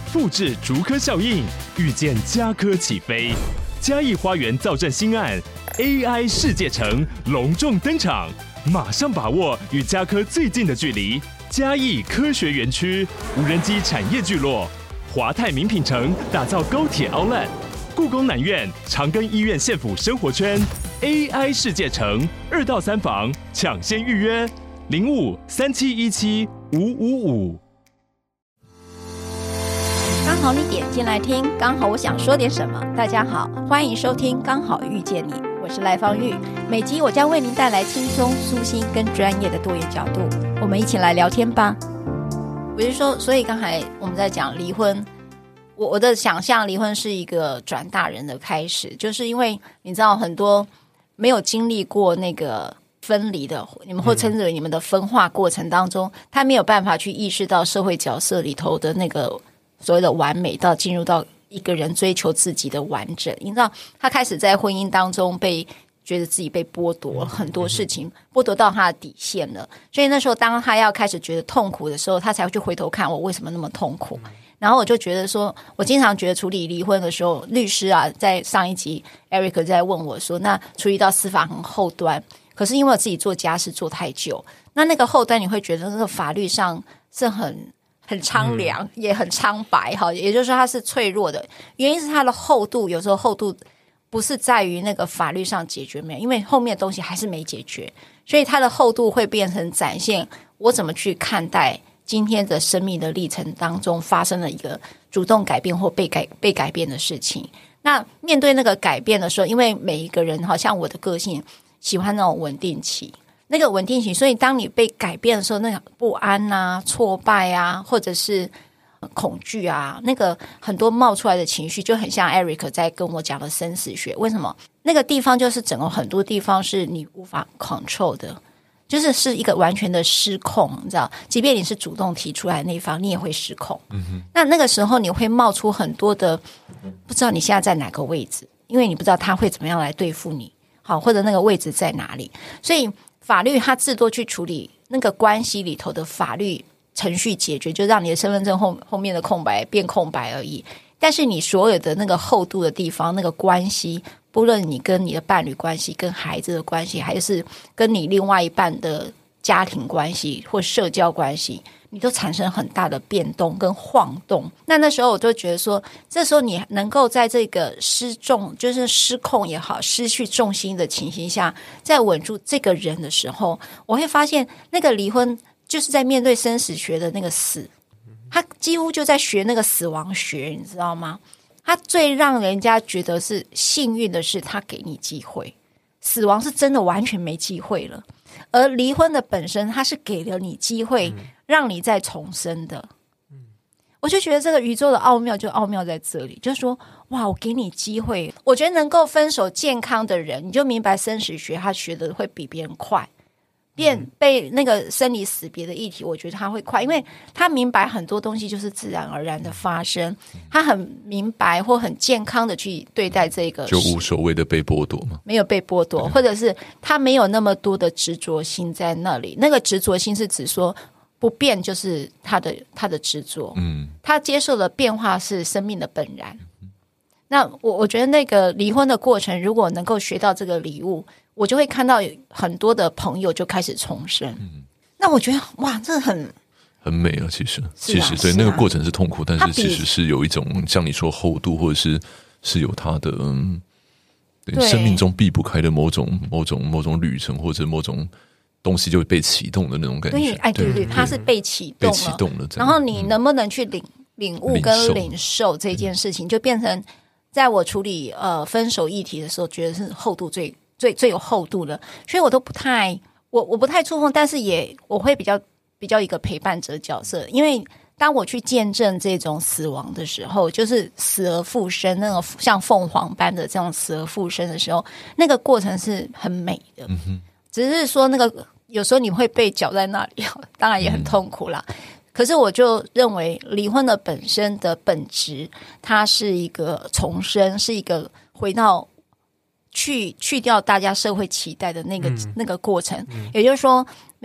复制竹科效应，预见家科起飞。嘉义花园造镇新案 AI 世界城隆重登场，马上把握与家科最近的距离。嘉义科学园区、无人机产业聚落、华泰名品城打造高铁 Outlet， 故宫南院、长庚医院县府生活圈 AI 世界城2到3房抢先预约0537175555。 刚好你点进来听，刚好我想说点什么。大家好，欢迎收听刚好遇见你，我是赖芳玉。每集我将为您带来轻松、舒心跟专业的多元角度，我们一起来聊天吧。我就说，所以刚才我们在讲离婚，我的想象离婚是一个转大人的开始，就是因为你知道很多没有经历过那个分离的，你们或称之为你们的分化过程当中，他没有办法去意识到社会角色里头的那个所谓的完美，到进入到一个人追求自己的完整。你知道他开始在婚姻当中觉得自己被剥夺很多事情，剥夺到他的底线了，所以那时候当他要开始觉得痛苦的时候，他才会去回头看我为什么那么痛苦。然后我就觉得说，我经常觉得处理离婚的时候，律师啊，在上一集 Eric 在问我说，那处理到司法很后端，可是因为我自己做家事做太久，那个后端你会觉得那个法律上是很苍凉，也很苍白，也就是说它是脆弱的，原因是它的厚度，有时候厚度不是在于那个法律上解决没有，因为后面的东西还是没解决，所以它的厚度会变成展现我怎么去看待今天的生命的历程当中发生了一个主动改变或被改变的事情。那面对那个改变的时候，因为每一个人好像我的个性喜欢那种稳定期，那个稳定期，所以当你被改变的时候，那个不安啊、挫败啊，或者是恐惧啊，那个很多冒出来的情绪，就很像 Eric 在跟我讲的生死学。为什么？那个地方就是整个很多地方是你无法 control 的，是一个完全的失控，你知道，即便你是主动提出来的那一方，你也会失控。那个时候你会冒出很多的不知道你现在在哪个位置，因为你不知道他会怎么样来对付你，好，或者那个位置在哪里。所以法律它至多去处理那个关系里头的法律程序解决，就让你的身份证后面的空白变空白而已。但是你所有的那个厚度的地方，那个关系，不论你跟你的伴侣关系、跟孩子的关系，还是跟你另外一半的家庭关系或社交关系，你都产生很大的变动跟晃动。那时候我就觉得说，这时候你能够在这个就是失控也好，失去重心的情形下，在稳住这个人的时候，我会发现那个离婚就是在面对生死学的那个死，他几乎就在学那个死亡学，你知道吗？他最让人家觉得是幸运的是他给你机会，死亡是真的完全没机会了，而离婚的本身他是给了你机会让你再重生的。我就觉得这个宇宙的奥妙就奥妙在这里，就是说哇，我给你机会。我觉得能够分手健康的人，你就明白生死学他学的会比别人快，被那个生离死别的议题，我觉得他会快，因为他明白很多东西就是自然而然的发生，他很明白或很健康的去对待这个， 就无所谓的被剥夺嘛， 没有被剥夺，或者是他没有那么多的执着心在那里。那个执着心是指说不变就是他的执着，他接受的变化是生命的本然。那我觉得那个离婚的过程，如果能够学到这个礼物，我就会看到很多的朋友就开始重生。那我觉得哇，这很美啊！其实对，那个过程是痛苦，但是其实是有一种像你说厚度，或者是有它的对生命中避不开的某种旅程，或者某种东西就被启动的那种感觉。 对，它是被启动了。然后你能不能去领悟跟领受这件事情，就变成在我处理分手议题的时候，觉得是厚度最有厚度的，所以我都不太我不太触碰，但是我会比较一个陪伴者角色，因为当我去见证这种死亡的时候，就是死而复生，那种像凤凰般的这种死而复生的时候，那个过程是很美的。只是说那个有时候你会被搅在那里，当然也很痛苦啦。可是我就认为离婚的本身的本质，它是一个重生，是一个回到去掉大家社会期待的那个过程。也就是说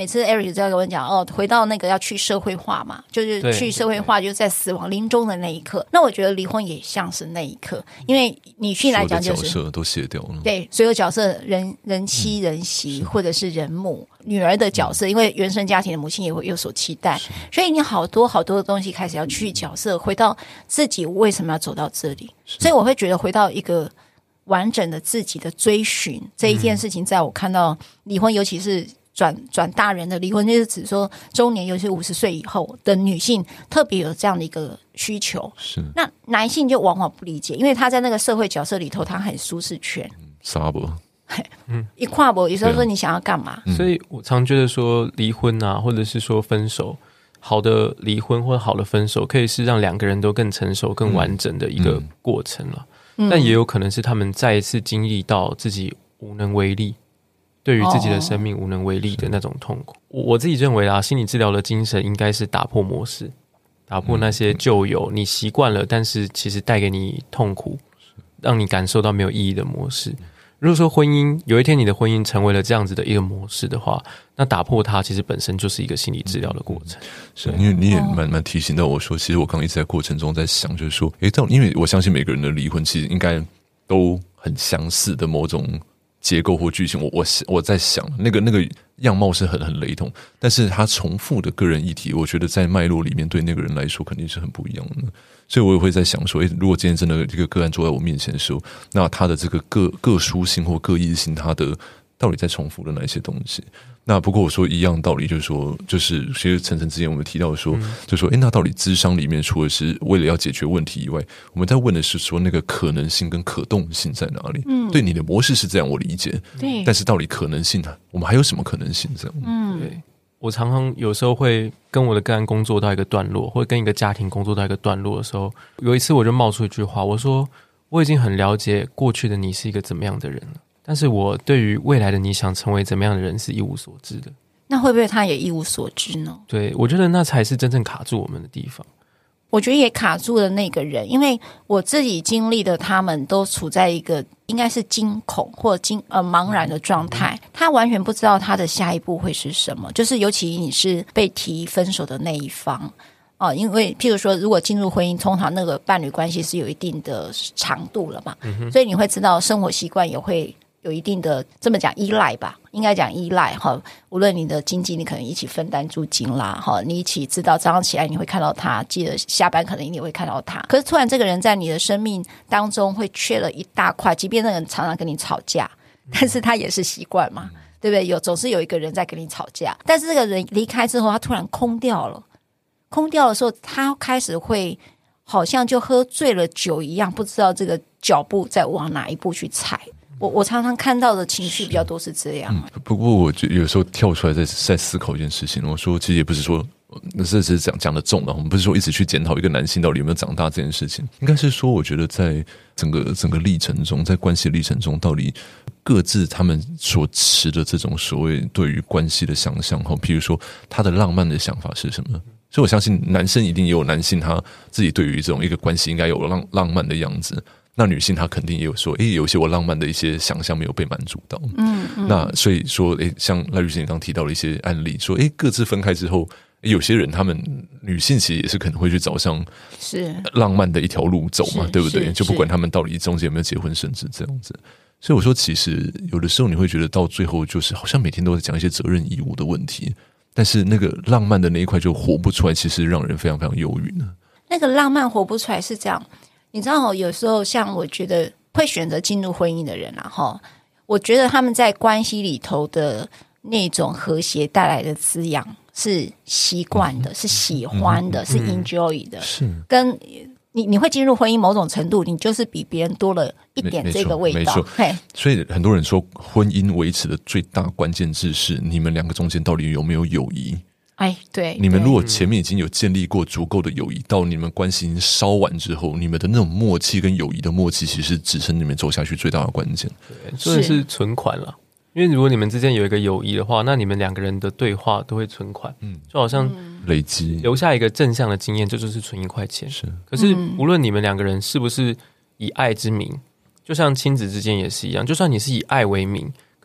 每次 Eric 都要跟我讲回到那个要去社会化嘛，就是去社会化，就在死亡临终的那一刻。那我觉得离婚也像是那一刻，因为女性来讲就是所有的角色都卸掉了， 对，所有角色人妻人媳或者是人母女儿的角色，因为原生家庭的母亲也会有所期待，所以你好多好多的东西开始要去角色，回到自己为什么要走到这里。所以我会觉得回到一个完整的自己的追寻这一件事情，在我看到离婚，尤其是转大人的离婚，就是指说中年，尤其是50岁以后的女性，特别有这样的一个需求。 是， 那男性就往往不理解，因为他在那个社会角色里头，他很舒适圈。 沙博， 一跨博，有时候说你想要干嘛？ 所以我常觉得说离婚啊，或者是说分手，好的离婚或者好的分手，可以是让两个人都更成熟、更完整的一个过程了。但也有可能是他们再一次经历到自己无能为力，对于自己的生命无能为力的那种痛苦。我自己认为啦，心理治疗的精神应该是打破模式，打破那些旧有你习惯了，但是其实带给你痛苦，让你感受到没有意义的模式。如果说婚姻有一天你的婚姻成为了这样子的一个模式的话，那打破它其实本身就是一个心理治疗的过程。 是因为你也蛮提醒到我说，其实我刚刚一直在过程中在想，就是说，因为我相信每个人的离婚其实应该都很相似的某种结构或剧情，我在想那个样貌是很雷同，但是他重复的个人议题，我觉得在脉络里面对那个人来说肯定是很不一样的。所以我也会在想说，如果今天真的这个个案坐在我面前的时候，那他的这个各殊性或各异性，他的到底在重复的哪一些东西？那不过我说一样道理，就是说，就是其实晨之前我们提到说，就说那到底咨商里面除了是为了要解决问题以外，我们在问的是说那个可能性跟可动性在哪里？对，你的模式是这样，我理解。 对， 但是到底可能性呢？我们还有什么可能性？这样， 对。我常常有时候会跟我的个案工作到一个段落，或者跟一个家庭工作到一个段落的时候，有一次我就冒出一句话，我说我已经很了解过去的你是一个怎么样的人了，但是我对于未来的你想成为怎么样的人是一无所知的。 那会不会他也一无所知呢？ 对，我觉得那才是真正卡住我们的地方。 我觉得也卡住了那个人，因为我自己经历的，他们都处在一个应该是惊恐或茫然的状态，他完全不知道他的下一步会是什么。就是尤其你是被提分手的那一方因为譬如说，如果进入婚姻，通常那个伴侣关系是有一定的长度了嘛，所以你会知道生活习惯也会有一定的这么讲依赖吧，应该讲依赖哈。无论你的经济，你可能一起分担租金啦，哈，你一起知道早上起来你会看到他，记得下班可能你也会看到他。可是突然这个人在你的生命当中会缺了一大块，即便那个人常常跟你吵架，但是他也是习惯嘛，对不对？总是有一个人在跟你吵架，但是这个人离开之后，他突然空掉了。空掉的时候，他开始会好像就喝醉了酒一样，不知道这个脚步在往哪一步去踩。我常常看到的情绪比较多是这样。 不过我觉得有时候跳出来在思考一件事情，我说其实也不是说这只是讲的重了，我们不是说一直去检讨一个男性到底有没有长大这件事情，应该是说我觉得在整个历程中，在关系的历程中，到底各自他们所持的这种所谓对于关系的想象，譬如说他的浪漫的想法是什么。所以我相信男生一定也有男性他自己对于这种一个关系应该有浪漫的样子，那女性她肯定也有说有些我浪漫的一些想象没有被满足到。那所以说像赖律师你刚提到的一些案例，说各自分开之后，有些人他们女性其实也是可能会去找上是浪漫的一条路走嘛，对不对？就不管他们到底中间有没有结婚生子这样子。所以我说其实有的时候你会觉得到最后就是好像每天都在讲一些责任义务的问题，但是那个浪漫的那一块就活不出来，其实让人非常非常忧郁呢。 那个浪漫活不出来是这样，你知道有时候像我觉得会选择进入婚姻的人我觉得他们在关系里头的那种和谐带来的滋养是习惯的，是喜欢的，是 enjoy 的，是跟你会进入婚姻，某种程度你就是比别人多了一点这个味道。 所以很多人说婚姻维持的最大关键字是你们两个中间到底有没有友谊。 对， 你们如果前面已经有建立过足够的友谊，到你们关系已经烧完之后，你们的那种默契跟友谊的默契其实支撑你们走下去最大的关键。 对，所以是存款了。因为如果你们之间有一个友谊的话，那你们两个人的对话都会存款，就好像累积留下一个正向的经验，这就是存1块钱。可是无论你们两个人是不是以爱之名，就像亲子之间也是一样，就算你是以爱为名，可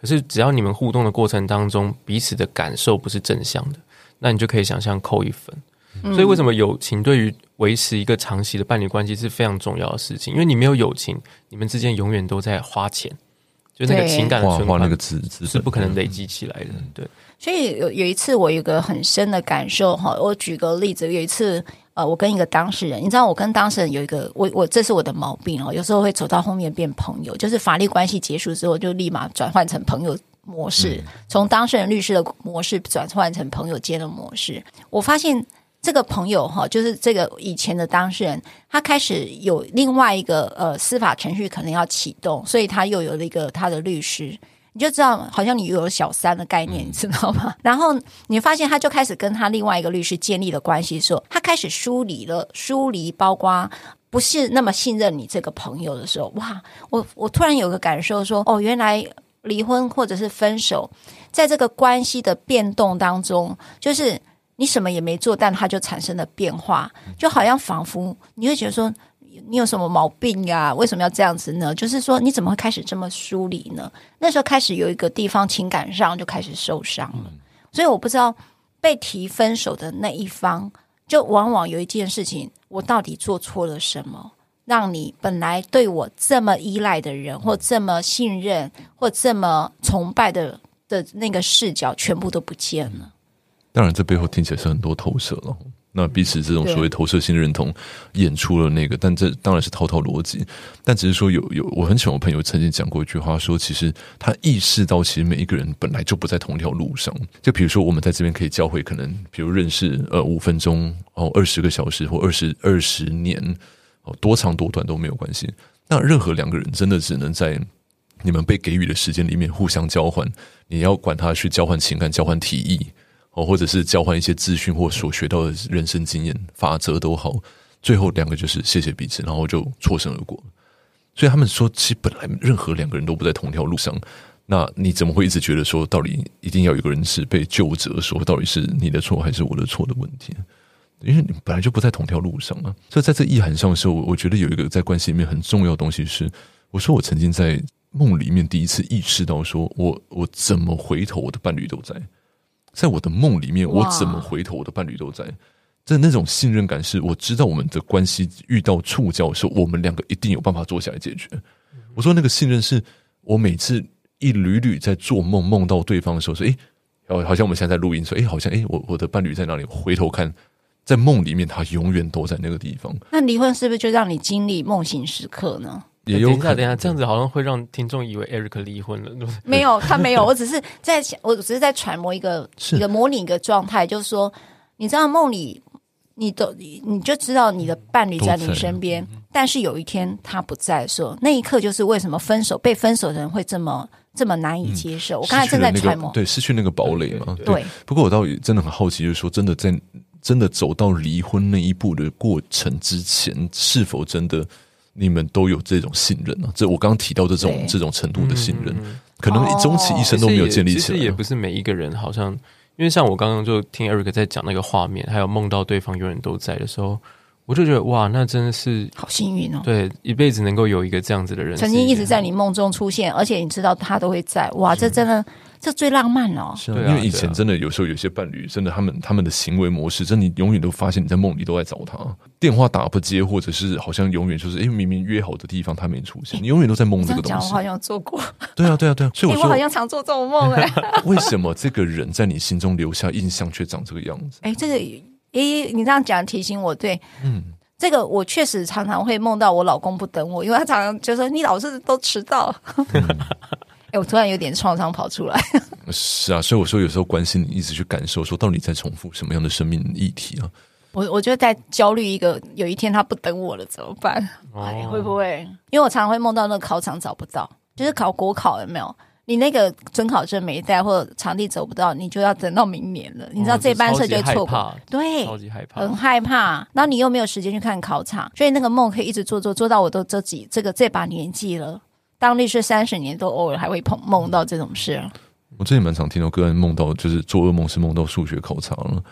可是只要你们互动的过程当中彼此的感受不是正向的，那你就可以想象扣1分。所以为什么友情对于维持一个长期的伴侣关系是非常重要的事情？因为你没有友情，你们之间永远都在花钱，就那个情感的存款那个资是不可能累积起来的。对， 所以有一次我有一个很深的感受哈，我举个例子，有一次我跟一个当事人，你知道我跟当事人有一个我这是我的毛病哦，有时候会走到后面变朋友，就是法律关系结束之后就立马转换成朋友模式，从当事人律师的模式转换成朋友间的模式。我发现这个朋友哈，就是这个以前的当事人，他开始有另外一个司法程序可能要启动，所以他又有了一个他的律师。你就知道好像你有小三的概念，你知道吗？然后你发现他就开始跟他另外一个律师建立了关系的时候，他开始疏离包括不是那么信任你这个朋友的时候，哇，我突然有个感受说，哦，原来离婚或者是分手在这个关系的变动当中，就是你什么也没做，但它就产生了变化，就好像仿佛你会觉得说你有什么毛病呀？为什么要这样子呢？就是说你怎么会开始这么疏离呢？那时候开始有一个地方情感上就开始受伤了，所以我不知道被提分手的那一方，就往往有一件事情，我到底做错了什么，让你本来对我这么依赖的人，或这么信任，或这么崇拜的那个视角，全部都不见了。 当然，这背后听起来是很多投射了。那彼此这种所谓投射性认同演出了那个，但这当然是套逻辑。但只是说有，我很喜欢我朋友曾经讲过一句话，说其实他意识到，其实每一个人本来就不在同条路上。就比如说我们在这边可以交汇，可能比如认识5分钟20个小时或20年多长多短都没有关系。那任何两个人真的只能在你们被给予的时间里面互相交换，你要管他去交换情感、交换提议。或者是交换一些资讯或所学到的人生经验法则都好，最后两个就是谢谢彼此，然后就错身而过。所以他们说，其实本来任何两个人都不在同条路上，那你怎么会一直觉得说，到底一定要有一个人是被纠责，说到底是你的错还是我的错的问题？因为你本来就不在同条路上啊。所以在这意涵上的时候，我觉得有一个在关系里面很重要的东西是，我说我曾经在梦里面第一次意识到说，我怎么回头，我的伴侣都在我的梦里面，我怎么回头，我的伴侣都在。那种信任感是，我知道我们的关系遇到触礁的时候，我们两个一定有办法坐下来解决。我说那个信任是我每次一缕缕在做梦，梦到对方的时候说，好像我们现在在录音说，好像我的伴侣在哪里？回头看，在梦里面他永远都在那个地方。 那离婚是不是就让你经历梦醒时刻呢？ 也有可能。 等一下，这样子好像会让听众以为 Eric 离婚了。 没有，他没有，我只是在揣摩一个模拟一个状态，就是说，你知道梦里你就知道你的伴侣在你身边，但是有一天他不在的时候，那一刻就是为什么被分手的人会这么难以接受。我刚才正在揣摩， 对，失去那个堡垒嘛。 对。 不过我倒也真的很好奇，就是说，真的走到离婚那一步的过程之前，是否真的你们都有这种信任啊？这我刚刚提到的这种程度的信任，可能终其一生都没有建立起来。 其实也不是每一个人，好像因为像我刚刚就听 Eric 在讲那个画面，还有梦到对方永远都在的时候，我就觉得哇，那真的是好幸运哦！ 对，一辈子能够有一个这样子的人， 曾经一直在你梦中出现，而且你知道他都会在。哇，这真的。这最浪漫了是因为以前真的有时候有些伴侣真的他们的行为模式，真的你永远都发现你在梦里都在找他，电话打不接，或者是好像永远就是明明约好的地方他没出现，你永远都在梦这个东西。 这样讲我好像做过。 对啊，所以我说我好像常做这种梦为什么这个人在你心中留下印象却长这个样子？ 这个你这样讲提醒我，对，这个我确实常常会梦到我老公不等我，因为他常常就说你老是都迟到。我突然有点创伤跑出来。 是啊，所以我说有时候关心你一直去感受说到底在重复什么样的生命议题啊。 我就在焦虑有一天他不等我了怎么办？会不会？因为我常常会梦到那个考场找不到，就是考国考有没有？你那个准考证没带或者场地走不到，你就要等到明年了。你知道这班车就会错过，对， 超级害怕， 很害怕。然后你又没有时间去看考场，所以那个梦可以一直做到我都这把年纪了。当律师30年，都偶尔还会梦到这种事。 我之前蛮常听到个案梦到，就是做噩梦是梦到数学考场了。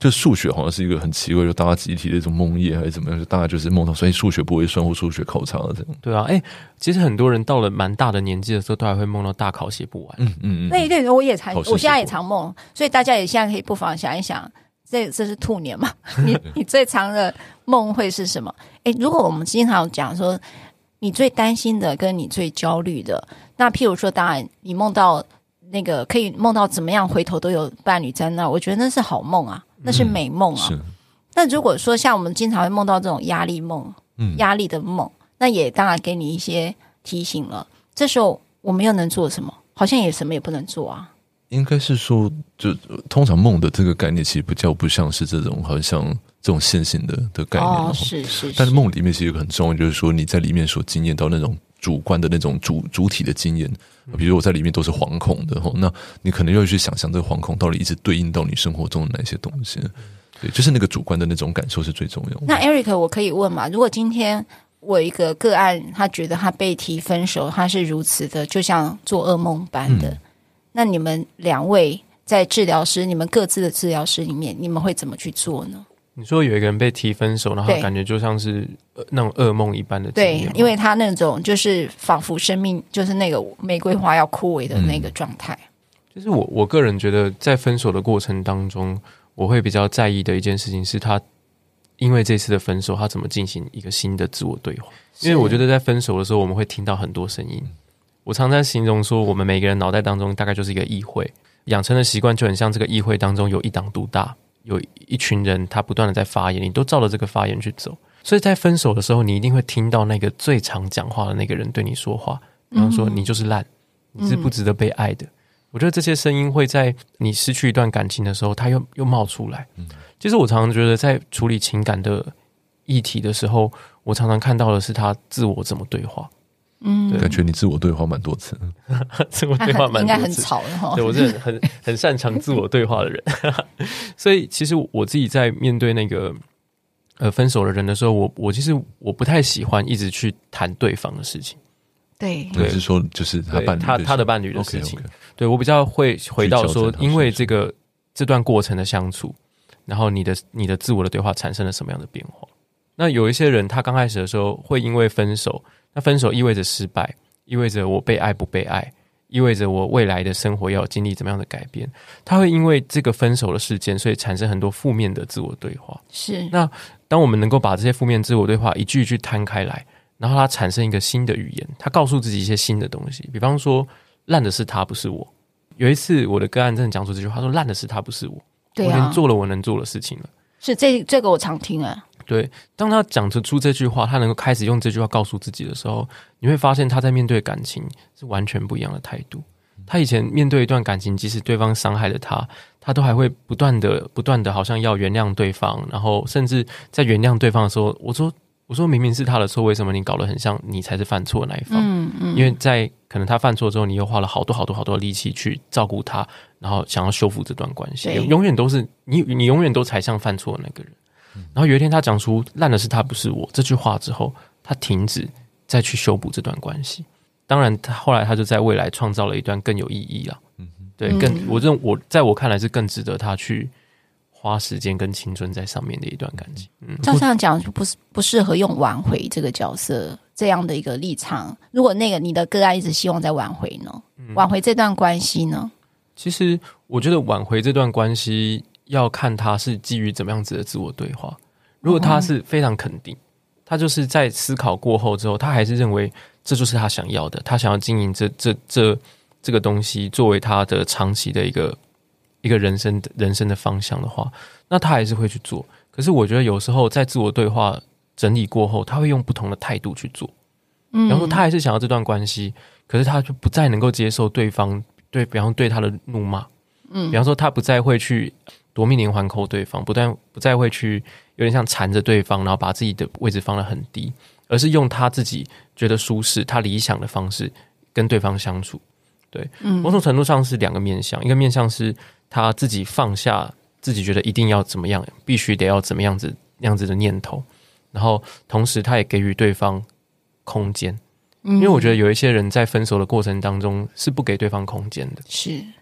就数学好像是一个很奇怪，就大家集体的一种梦魇还是怎么样，就大家就是梦到所以数学不会算或数学考差了这样。 对啊，其实很多人到了蛮大的年纪的时候，都还会梦到大考写不完。 对，我现在也常梦，所以大家也现在可以不妨想一想，这是兔年嘛？你最长的梦会是什么？如果我们经常讲说，你最担心的跟你最焦虑的，那譬如说，当然你梦到那个可以梦到怎么样回头都有伴侣在那，我觉得那是好梦啊，那是美梦啊。但如果说像我们经常会梦到这种压力梦，压力的梦，那也当然给你一些提醒了。这时候我们又能做什么？好像也什么也不能做啊。 应该是说，就通常梦的这个概念，其实比较不像是这种好像这种线性的概念。 是。 但是梦里面其实有个很重要，就是说你在里面所经验到那种主观的那种主体的经验。比如我在里面都是惶恐的，那你可能要去想象这个惶恐到底一直对应到你生活中的哪些东西。对，就是那个主观的那种感受是最重要的。 那 Eric 我可以问嘛，如果今天我有一个个案，他觉得他被提分手，他是如此的就像做噩梦般的，那你们两位在治疗师，你们各自的治疗师里面，你们会怎么去做呢？ 你说有一个人被提分手，然后感觉就像是那种噩梦一般的经验吗？ 对，因为他那种就是仿佛生命就是那个玫瑰花要枯萎的那个状态。 就是我个人觉得，在分手的过程当中，我会比较在意的一件事情是他因为这次的分手，他怎么进行一个新的自我对话。因为我觉得在分手的时候，我们会听到很多声音。我常在形容说，我们每个人脑袋当中大概就是一个议会，养成的习惯就很像这个议会当中有一党独大，有一群人他不断的在发言，你都照着这个发言去走。所以在分手的时候，你一定会听到那个最常讲话的那个人对你说话，比方说你就是烂，你是不值得被爱的。我觉得这些声音会在你失去一段感情的时候，它又冒出来。其实我常常觉得，在处理情感的议题的时候，我常常看到的是他自我怎么对话。 感觉你自我对话蛮多次， 自我对话蛮多次， 应该很吵的哈。 对，我是很擅长自我对话的人，所以其实我自己在面对那个分手的人的时候，我其实我不太喜欢一直去谈对方的事情。 对， 你是说就是他伴侣他的伴侣的事情。 Okay. 对，我比较会回到说，因为这段过程的相处，然后你的自我的对话产生了什么样的变化？那有一些人，他刚开始的时候会因为分手，那分手意味着失败，意味着我被爱不被爱，意味着我未来的生活要经历怎么样的改变。他会因为这个分手的事件，所以产生很多负面的自我对话。 是。 那当我们能够把这些负面自我对话一句一句摊开来，然后他产生一个新的语言，他告诉自己一些新的东西，比方说烂的是他不是我。有一次我的个案真的讲出这句话，说烂的是他不是我， 对啊， 我已经做了我能做的事情了。 是这个我常听啊。 对，当他讲出这句话，他能够开始用这句话告诉自己的时候，你会发现他在面对感情是完全不一样的态度。他以前面对一段感情，即使对方伤害了他，他都还会不断的好像要原谅对方，然后甚至在原谅对方的时候，我说明明是他的错，为什么你搞得很像你才是犯错的那一方？因为在可能他犯错之后，你又花了好多力气去照顾他，然后想要修复这段关系，永远都是你永远都才像犯错的那个人。然后有一天他讲出烂的是他不是我这句话之后，他停止再去修补这段关系。当然后来他就在未来创造了一段更有意义啦。对，我在我看来是更值得他去花时间跟青春在上面的一段感情。 照这样讲不适合用挽回这个角色这样的一个立场。如果那个你的个案一直希望在挽回呢，挽回这段关系呢？ 其实我觉得挽回这段关系要看他是基于怎么样子的自我对话。如果他是非常肯定，他就是在思考过后之后，他还是认为这就是他想要的，他想要经营这个东西作为他的长期的一个人生的方向的话，那他还是会去做。可是我觉得有时候在自我对话整理过后，他会用不同的态度去做。比方说他还是想要这段关系，可是他就不再能够接受对方比方对他的怒骂。比方说他不再会去夺命连环扣对方，不再会去有点像缠着对方，然后把自己的位置放得很低，而是用他自己觉得舒适他理想的方式跟对方相处。对，某种程度上是两个面向，一个面向是他自己放下自己觉得一定要怎么样，必须得要怎么样子的念头，然后同时他也给予对方空间。因为我觉得有一些人在分手的过程当中是不给对方空间的。 是， 对，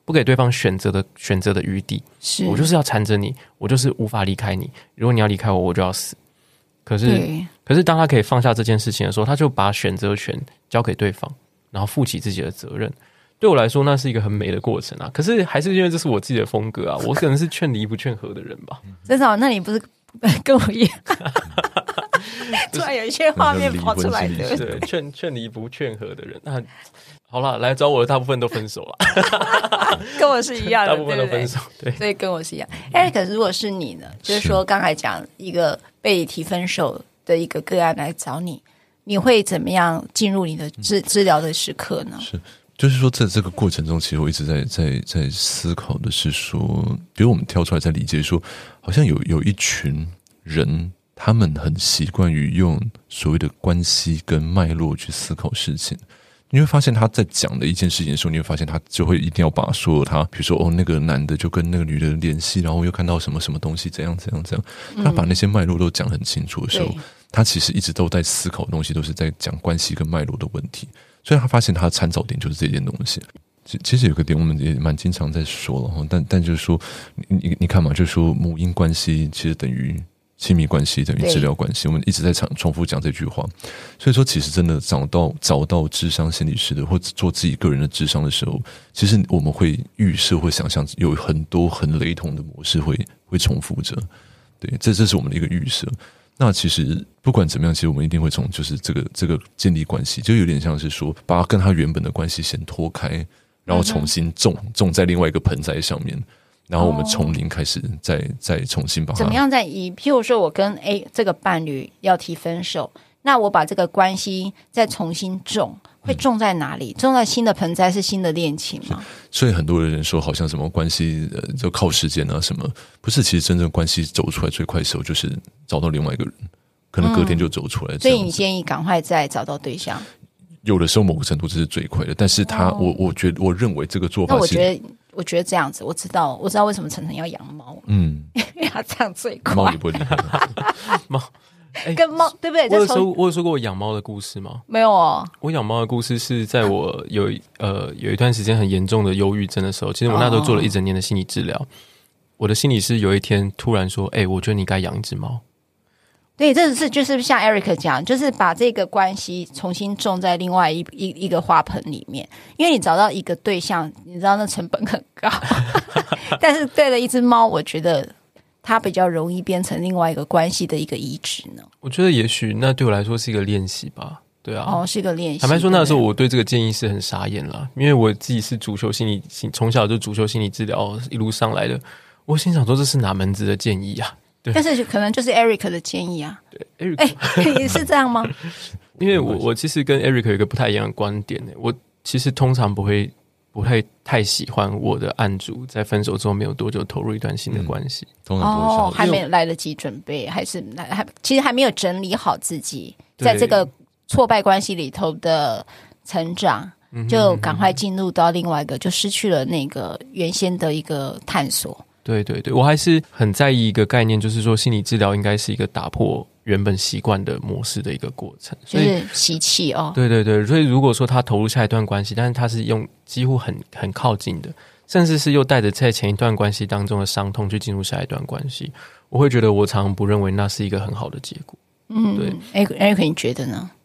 不给对方选择的余地。 是我就是要缠着你，我就是无法离开你。如果你要离开我，我就要死。可是当他可以放下这件事情的时候，他就把选择权交给对方，然后负起自己的责任。对我来说，那是一个很美的过程啊。可是还是因为这是我自己的风格啊，我可能是劝离不劝和的人吧。 真的？那你不是跟我一样？突然有一些画面跑出来的， 对，劝离不劝和的人。那好啦，来找我的大部分都分手了， 跟我是一样的， 大部分都分手，对， 所以跟我是一样。Eric， 如果是你呢？就是说刚才讲一个被提分手的一个个案来找你，你会怎么样进入你的治疗的时刻呢？ 是。就是说，在这个过程中，其实我一直在思考的是说，比如我们挑出来在理解说，好像有一群人，他们很习惯于用所谓的关系跟脉络去思考事情。你会发现他在讲的一件事情的时候，你会发现他就会一定要把所有他，比如说那个男的就跟那个女的联系，然后又看到什么什么东西，怎样，他把那些脉络都讲很清楚的时候，他其实一直都在思考的东西都是在讲关系跟脉络的问题。所以他发现他的参照点就是这件东西。其实有个点我们也蛮经常在说了，但就是说你看嘛，就是说母婴关系其实等于亲密关系，等于治疗关系，我们一直在重复讲这句话。所以说其实真的找到諮商心理师的，或者做自己个人的諮商的时候，其实我们会预设或想象有很多很雷同的模式会重复着。对，这是我们的一个预设。那其实不管怎么样，其实我们一定会从就是这个建立关系，就有点像是说把他跟他原本的关系先脱开，然后重新种在另外一个盆栽上面，然后我们从零开始再重新把它怎么样譬如说我跟 A 这个伴侣要提分手，那我把这个关系再重新种，会种在哪里？种在新的盆栽是新的恋情吗？ 所以很多人说好像什么关系就靠时间啊什么，不是，其实真正关系走出来最快的时候就是找到另外一个人，可能隔天就走出来。 所以你建议赶快再找到对象。 有的时候某个程度这是最快的，但是我认为这个做法是， 那我觉得这样子，我知道为什么晨晨要养猫，因为他这样最快。 猫也不会理他猫。 跟猫对不对？ 我有说过我养猫的故事吗？ 没有哦。 我养猫的故事是在我有一段时间很严重的忧郁症的时候，其实我那时候做了1整年的心理治疗。我的心理师有一天突然说：“我觉得你该养一只猫。” 对，这是就是像 Eric 讲，就是把这个关系重新种在另外一个花盆里面，因为你找到一个对象，你知道那成本很高，但是对了一只猫，我觉得它比较容易变成另外一个关系的一个移植呢。 我觉得也许那对我来说是一个练习吧。对啊， 是一个练习。 坦白说，那时候我对这个建议是很傻眼啦，因为我自己是主修从小就主修心理治疗一路上来的，我心想说这是哪门子的建议啊？对， 但是可能就是 Eric 的建议啊。 对 ，Eric 也是这样吗？ 因为我其实跟 Eric 有一个不太一样的观点，我其实通常不太喜欢我的案主在分手之后没有多久投入一段新的关系， 通常不会想还没来得及准备，其实还没有整理好自己在这个挫败关系里头的成长，就赶快进入到另外一个，就失去了那个原先的一个探索。 对对对，我还是很在意一个概念，就是说心理治疗应该是一个打破原本习惯的模式的一个过程， 就是习气哦。 对对对，所以如果说他投入下一段关系，但是他是用几乎很靠近的，甚至是又带着在前一段关系当中的伤痛去进入下一段关系，我会觉得我常常不认为那是一个很好的结果。对 ，Eric 你觉得呢？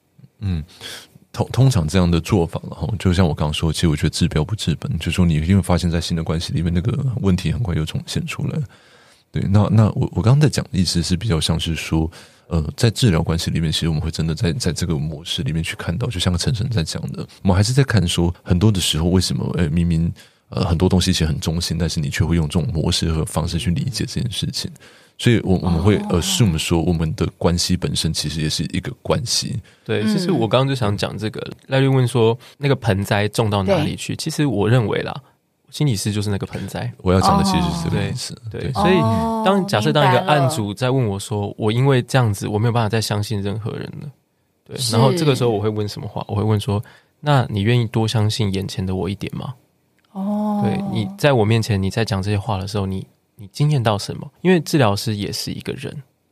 通常这样的做法，就像我刚刚说，其实我觉得治标不治本，就是说你一定会发现在新的关系里面那个问题很快又重现出来。对，那我刚刚在讲的意思是比较像是说，在治疗关系里面，其实我们会真的在这个模式里面去看到，就像晨晨在讲的，我们还是在看说，很多的时候为什么明明很多东西其实很中性，但是你却会用这种模式和方式去理解这件事情。所以我们会assume说我们的关系本身其实也是一个关系。 对，其实我刚刚就想讲这个，赖律问说那个盆栽种到哪里去，其实我认为啦，心理师就是那个盆栽。 我要讲的其实是这个意思。 对，所以假设当一个案主在问我说，我因为这样子我没有办法再相信任何人了，对，然后这个时候我会问什么话？我会问说，那你愿意多相信眼前的我一点吗？对，你在我面前你在讲这些话的时候，你经验到什么？因为治疗师也是一个人，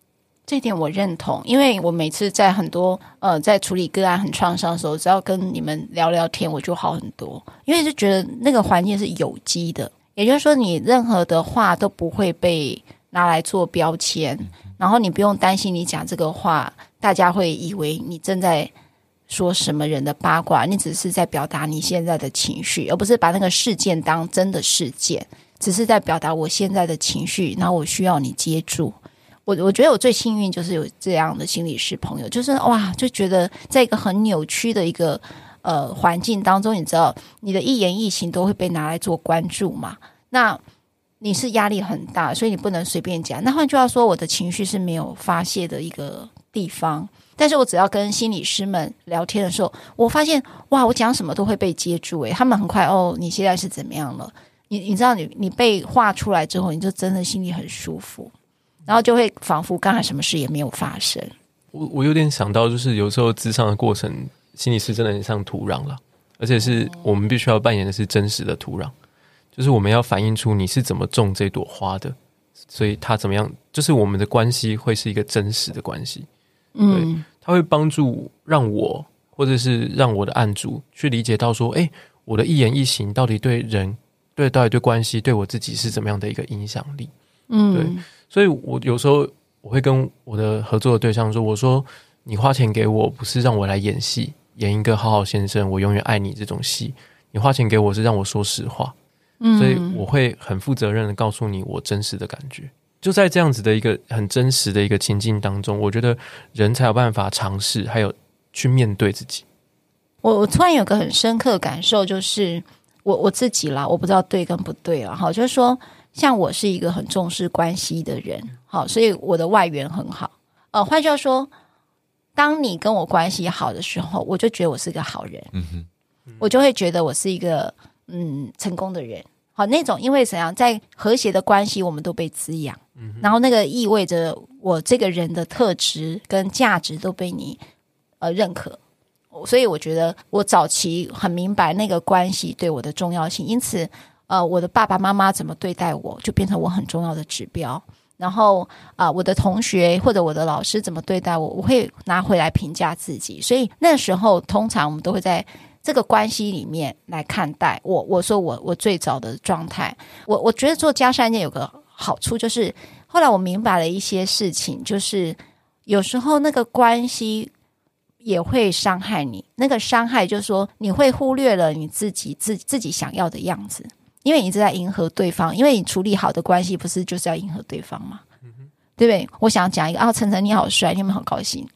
这点我认同，因为我每次在很多在处理个案很创伤的时候，只要跟你们聊聊天，我就好很多，因为就觉得那个环境是有机的，也就是说你任何的话都不会被拿来做标签，然后你不用担心你讲这个话大家会以为你正在说什么人的八卦，你只是在表达你现在的情绪，而不是把那个事件当真的事件，只是在表达我现在的情绪，然后我需要你接住。我觉得我最幸运就是有这样的心理师朋友，就是哇，就觉得在一个很扭曲的一个环境当中，你知道你的一言一行都会被拿来做关注嘛，那你是压力很大，所以你不能随便讲。那换句话说，我的情绪是没有发泄的一个地方，但是我只要跟心理师们聊天的时候，我发现哇，我讲什么都会被接住，他们很快你现在是怎么样了，你知道你被画出来之后，你就真的心里很舒服，然后就会仿佛刚才什么事也没有发生。 我有点想到，就是有时候諮商的过程，心理师真的很像土壤了，而且是我们必须要扮演的是真实的土壤，就是我们要反映出你是怎么种这朵花的，所以它怎么样，就是我们的关系会是一个真实的关系。对，它会帮助让我或者是让我的案主去理解到说，我的一言一行到底对人到底对关系对我自己是怎么样的一个影响力。对，所以我有时候我会跟我的合作的对象说，我说你花钱给我不是让我来演戏，演一个好好先生我永远爱你这种戏，你花钱给我是让我说实话。所以我会很负责任的告诉你我真实的感觉。就在这样子的一个很真实的一个情境当中，我觉得人才有办法尝试还有去面对自己。 我突然有个很深刻的感受，就是我自己啦，我不知道对跟不对啦，好，就是说像我是一个很重视关系的人，好，所以我的外缘很好。换句话说，当你跟我关系好的时候，我就觉得我是个好人，我就会觉得我是一个成功的人。好，那种因为怎样，在和谐的关系我们都被滋养，然后那个意味着我这个人的特质跟价值都被你认可，所以我觉得我早期很明白那个关系对我的重要性，因此我的爸爸妈妈怎么对待我就变成我很重要的指标，然后我的同学或者我的老师怎么对待我，我会拿回来评价自己，所以那时候通常我们都会在这个关系里面来看待我说我最早的状态。我觉得做家事案件有个好处，就是后来我明白了一些事情，就是有时候那个关系也会伤害你，那个伤害就是说你会忽略了你自己想要的样子，因为你一直在迎合对方，因为你处理好的关系不是就是要迎合对方吗？对不对？我想讲一个晨晨你好帅，你有没有好高兴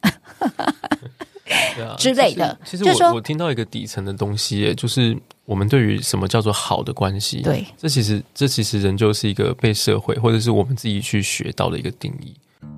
之类的。 其实我听到一个底层的东西，就是我们对于什么叫做好的关系， 对， 这其实仍旧是一个被社会或者是我们自己去学到的一个定义。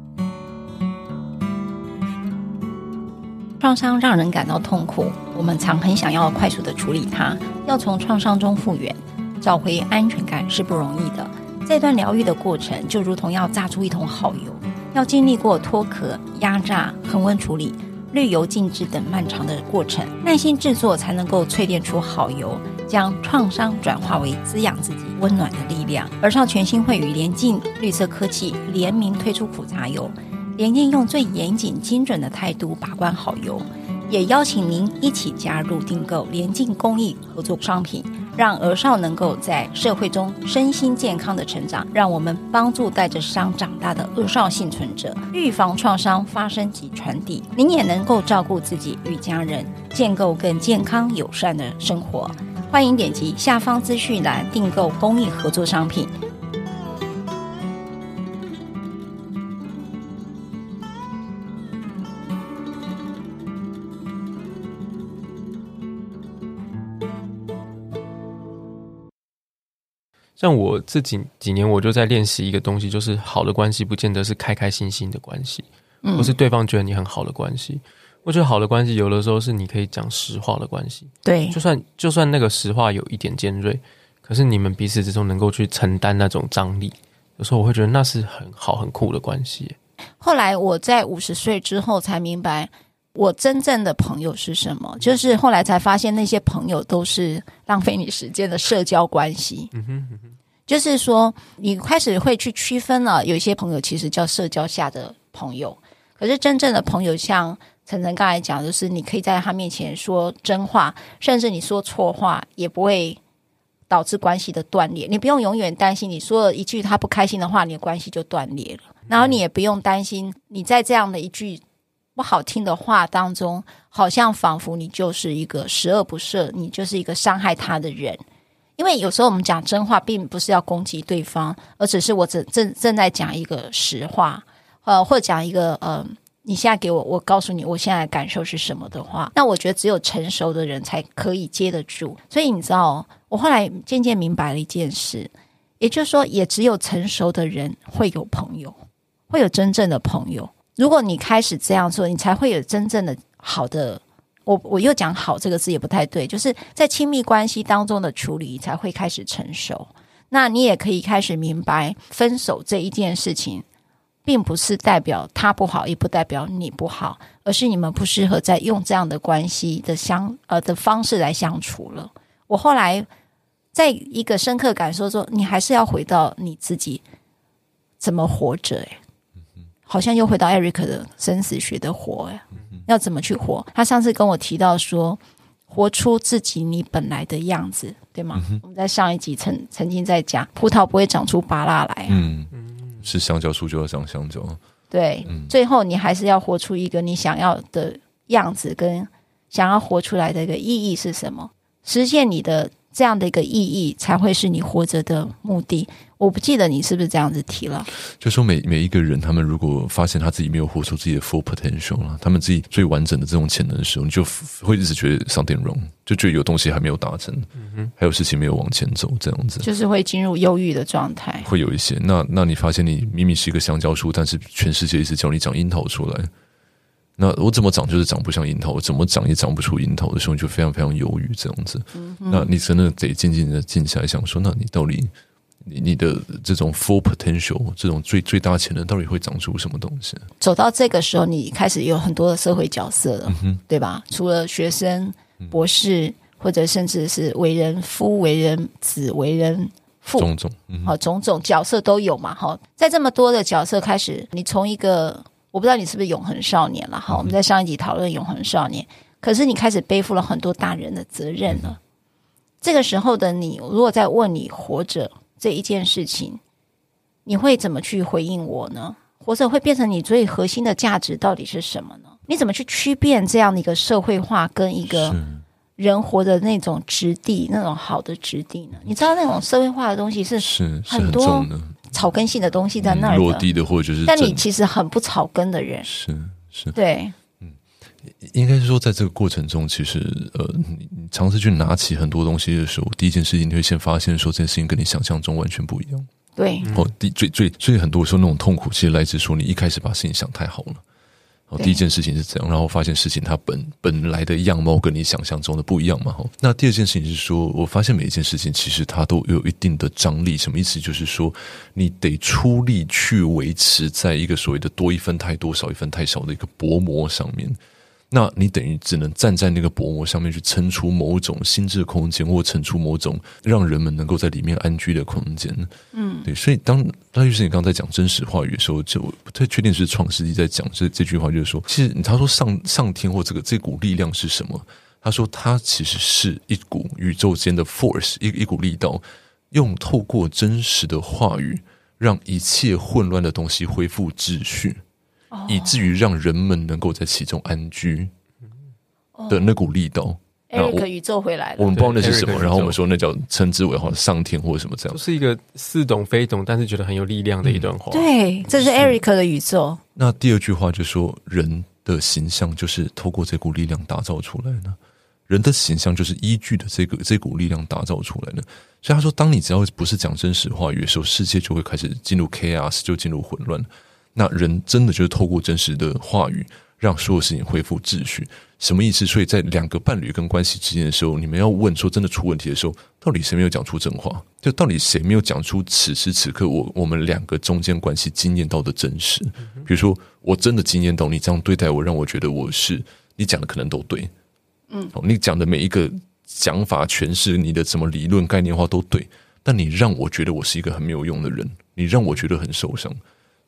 创伤让人感到痛苦，我们常很想要快速的处理它，要从创伤中复原，找回安全感是不容易的。这段疗愈的过程就如同要榨出一桶好油，要经历过脱壳、压榨、恒温处理、滤油静置等漫长的过程，耐心制作才能够淬炼出好油，将创伤转化为滋养自己温暖的力量。儿少全新会与联净绿色科技联名推出苦茶油，联净用最严谨精准的态度把关好油，也邀请您一起加入订购联净公益合作商品，让儿少能够在社会中身心健康的成长，让我们帮助带着伤长大的儿少幸存者，预防创伤发生及传递。您也能够照顾自己与家人，建构更健康友善的生活。欢迎点击下方资讯栏订购公益合作商品。 像我这几年我就在练习一个东西，就是好的关系不见得是开开心心的关系，或是对方觉得你很好的关系。我觉得好的关系有的时候是你可以讲实话的关系， 对， 就算那个实话有一点尖锐，可是你们彼此之中能够去承担那种张力，有时候我会觉得那是很好很酷的关系。 后来我在50岁之后才明白我真正的朋友是什么，就是后来才发现那些朋友都是浪费你时间的社交关系。就是说你开始会去区分了，有一些朋友其实叫社交下的朋友， 可是真正的朋友，像晨晨刚才讲，就是你可以在他面前说真话，甚至你说错话也不会导致关系的断裂。你不用永远担心你说了一句他不开心的话，你的关系就断裂了。然后你也不用担心你在这样的一句不好听的话当中，好像仿佛你就是一个十恶不赦，你就是一个伤害他的人。因为有时候我们讲真话并不是要攻击对方，而只是我正在讲一个实话，或者讲一个你现在给我告诉你我现在的感受是什么的话，那我觉得只有成熟的人才可以接得住。所以你知道，我后来渐渐明白了一件事，也就是说，也只有成熟的人会有朋友，会有真正的朋友。如果你开始这样做，你才会有真正的好的，我又讲好这个字也不太对，就是在亲密关系当中的处理才会开始成熟。那你也可以开始明白，分手这一件事情并不是代表他不好，也不代表你不好，而是你们不适合再用这样的关系的方式来相处了。我后来在一个深刻感受说，你还是要回到你自己怎么活着，好像又回到 Eric 的生死学的活，要怎么去活。他上次跟我提到说，活出自己你本来的样子，对吗？我们在上一集曾经在讲，葡萄不会长出芭乐来是香蕉树就要长香蕉， 对，最后你还是要活出一个你想要的样子，跟想要活出来的一个意义是什么，实现你的这样的一个意义才会是你活着的目的。我不记得你是不是这样子提了， 就说每一个人，他们如果发现他自己没有活出自己的 full potential 了，他们自己最完整的这种潜能的时候，你就会一直觉得 something wrong， 就觉得有东西还没有达成，还有事情没有往前走，这样子就是会进入忧郁的状态， 会有一些。那你发现你明明是一个香蕉树，但是全世界一直叫你长樱桃出来，那我怎么长就是长不像樱桃，我怎么长也长不出樱桃的时候，你就非常非常忧郁这样子。那你真的得静静的静下来想说，那你到底你的这种 full potential， 这种最大潜能到底会长出什么东西？走到这个时候，你开始有很多的社会角色了，对吧？除了学生、博士，或者甚至是为人夫、为人子、为人父，种种角色都有嘛。在这么多的角色开始，你从一个，我不知道你是不是永恒少年了，我们在上一集讨论永恒少年，可是你开始背负了很多大人的责任了。这个时候的你，如果在问你活着这一件事情，你会怎么去回应我呢？活着会变成你最核心的价值到底是什么呢？你怎么去区辨这样的一个社会化跟一个人活的那种质地，那种好的质地呢？你知道那种社会化的东西是很多草根性的东西在那儿的， 落地的或者就是， 但你其实很不草根的人， 是对。 应该是说，在这个过程中，其实你尝试去拿起很多东西的时候，第一件事情你会先发现说，这件事情跟你想象中完全不一样。 对， 所以很多时候那种痛苦，其实来自说你一开始把事情想太好了。第一件事情是这样，然后发现事情它本来的样貌跟你想象中的不一样嘛。那第二件事情是说，我发现每一件事情其实它都有一定的张力。什么意思？就是说你得出力去维持在一个所谓的多一分太多少一分太少的一个薄膜上面。那你等于只能站在那个薄膜上面去撑出某种心智空间，或撑出某种让人们能够在里面安居的空间。对，所以当就是你刚刚在讲真实话语的时候，就不太确定是创世纪在讲这句话，就是说，其实他说上天或这股力量是什么？他说它其实是一股宇宙间的 force， 一股力道，用透过真实的话语，让一切混乱的东西恢复秩序。以至于让人们能够在其中安居的那股力道。 Eric 宇宙回来了， 我们不知道那是什么，然后我们说那叫称之为上天或者什么这样， 就是一个似懂非懂，但是觉得很有力量的一段话。 对，这是 Eric 的宇宙。 那第二句话就说，人的形象就是透过这股力量打造出来的，人的形象就是依据的这股力量打造出来的。所以他说，当你只要不是讲真实话语的时候，世界就会开始进入 chaos， 就进入混乱。那人真的就是透过真实的话语，让所有事情恢复秩序。什么意思？所以在两个伴侣跟关系之间的时候，你们要问说，真的出问题的时候，到底谁没有讲出真话？就到底谁没有讲出此时此刻我们两个中间关系经验到的真实？比如说，我真的经验到你这样对待我，让我觉得你讲的可能都对，你讲的每一个讲法诠释你的什么理论概念化都对，但你让我觉得我是一个很没有用的人，你让我觉得很受伤。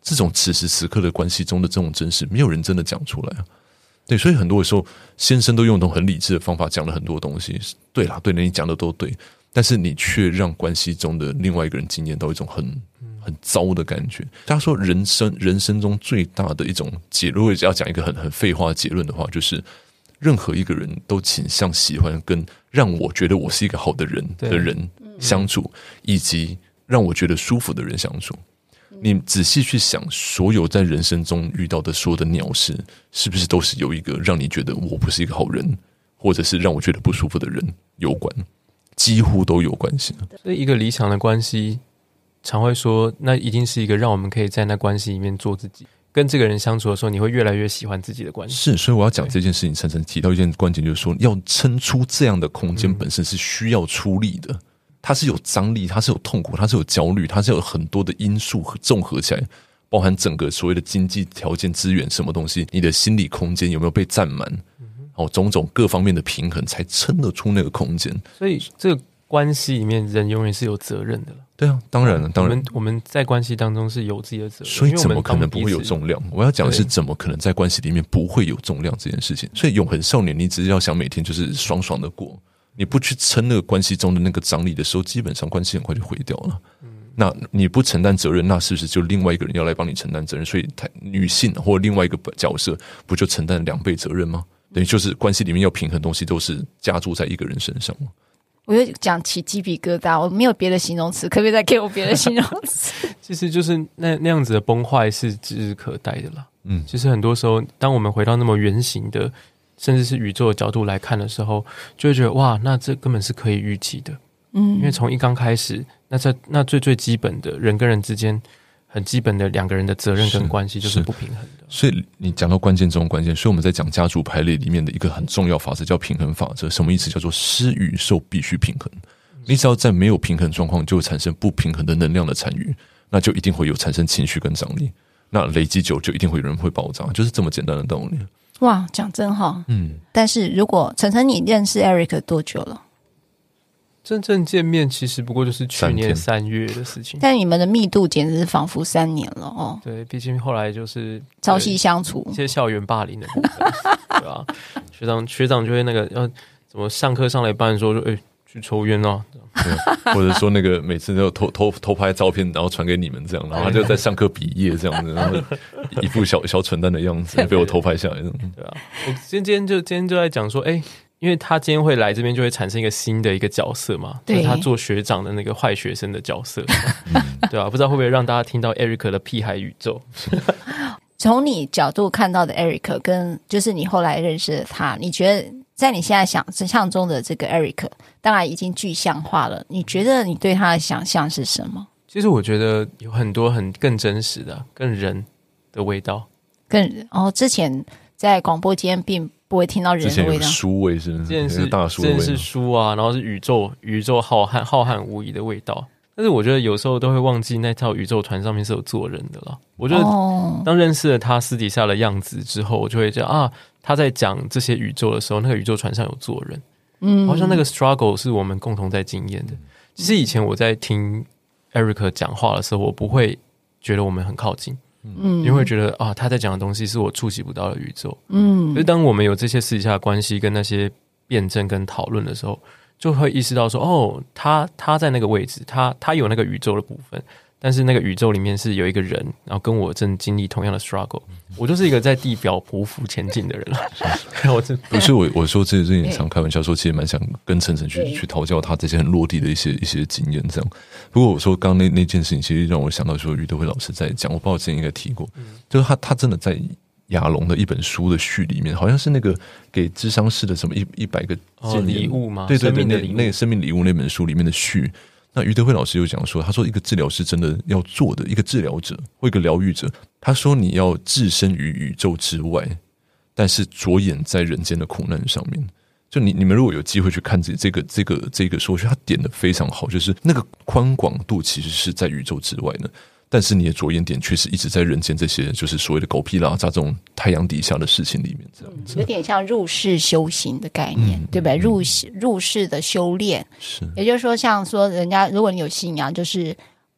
这种此时此刻的关系中的这种真实，没有人真的讲出来啊。对，所以很多的时候，先生都用一种很理智的方法讲了很多东西。对啦，对了，你讲的都对，但是你却让关系中的另外一个人经验到一种很糟的感觉。他说人生中最大的一种结论，如果要讲一个很废话的结论的话，就是任何一个人都倾向喜欢跟让我觉得我是一个好的人的人相处，以及让我觉得舒服的人相处。你仔细去想，所有在人生中遇到的所有的鸟事，是不是都是有一个让你觉得我不是一个好人，或者是让我觉得不舒服的人有关？几乎都有关系。 所以一个理想的关系，常会说，那一定是一个让我们可以在那关系里面做自己。跟这个人相处的时候，你会越来越喜欢自己的关系。 是，所以我要讲这件事情，晨晨提到一件关键，就是说，要撑出这样的空间本身是需要出力的。它是有张力，它是有痛苦，它是有焦虑，它是有很多的因素综合起来，包含整个所谓的经济条件、资源什么东西，你的心理空间有没有被占满，种种各方面的平衡，才撑得出那个空间。 所以这个关系里面，人永远是有责任的了。 对啊，当然了，当然， 我们在关系当中是有自己的责任， 所以怎么可能不会有重量？我要讲的是，怎么可能在关系里面不会有重量这件事情？所以永恒少年，你只是要想每天就是爽爽的过。你不去撑那个关系中的那个张力的时候，基本上关系很快就毁掉了。那你不承担责任，那是不是就另外一个人要来帮你承担责任？所以女性或另外一个角色不就承担2倍责任吗？等于就是关系里面要平衡的东西都是加注在一个人身上吗？ 我又讲起鸡皮疙瘩，我没有别的形容词，可不可以再给我别的形容词？ 其实就是那样子的崩坏是指日可待的啦。其实很多时候，当我们回到那么原型的，甚至是宇宙的角度来看的时候，就会觉得哇，那这根本是可以预期的。因为从一刚开始，那最基本的人跟人之间很基本的两个人的责任跟关系就是不平衡的。 所以你讲到关键中的关键，所以我们在讲家族排列里面的一个很重要法则叫平衡法则。什么意思？叫做施与受必须平衡。你只要在没有平衡状况，就会产生不平衡的能量的参与，那就一定会有产生情绪跟张力。那累积久就一定会有人会爆炸，就是这么简单的道理。 哇，讲真好。但是如果晨晨你认识 Eric 多久了？ 真正见面其实不过就是去年3月的事情， 但你们的密度简直是仿佛3年了哦。 对，毕竟后来就是朝夕相处， 一些校园霸凌的部分，对吧？学长就会那个要怎么上课上来一半说去抽烟哦， 或者说那个每次都偷拍照片，然后传给你们这样，然后他就在上课比耶这样子，然后一副小蠢蛋的样子被我偷拍下来。 对啊，我今天就在讲说，因为他今天会来这边，就会产生一个新的一个角色嘛，就是他做学长的那个坏学生的角色，对啊，不知道会不会让大家听到 Eric 的屁孩宇宙。 从你角度看到的 Eric 跟就是你后来认识的他，你觉得在你现在想象中的这个 Eric 当然已经具象化了，你觉得你对他的想象是什么？ 其实我觉得有很多更真实的更人的味道， 之前在广播间并不会听到人的味道，之前有书味是不是？之前是大书的味道， 之前是书啊，然后是宇宙浩瀚无遗的味道。但是我觉得有时候都会忘记那套宇宙船上面是有做人的啦。我觉得当认识了他私底下的样子之后，我就会讲他在讲这些宇宙的时候，那个宇宙船上有做人，好像那个 struggle 是我们共同在经验的。其实以前我在听 Eric 讲话的时候，我不会觉得我们很靠近，因为会觉得他在讲的东西是我触及不到的宇宙。所以当我们有这些私底下的关系跟那些辩证跟讨论的时候，就会意识到说，他在那个位置，他有那个宇宙的部分，但是那个宇宙里面是有一个人，然后跟我正经历同样的 struggle， 我就是一个在地表匍匐前进的人了。 不是我说这也常开玩笑说，其实蛮想跟晨晨去讨教他这些很落地的一些经验这样。不过我说刚刚那件事情，其实让我想到说，于德辉老师在讲，我不知道之前应该提过，就是他真的在亚龙的一本书的序里面，好像是那个给諮商师的什么100个礼物吗？ 对，那个生命礼物那本书里面的序。那于德辉老师有讲说，他说一个治疗师真的要做的，一个治疗者或一个疗愈者，他说你要置身于宇宙之外，但是着眼在人间的苦难上面。就你们如果有机会去看这个书，我觉得他点的非常好，就是那个宽广度其实是在宇宙之外的。但是你的着眼点却是一直在人间这些就是所谓的狗屁拉杂这种太阳底下的事情里面，这样子有点像入世修行的概念，对吧？入世的修炼，是，也就是说，像说人家如果你有信仰，就是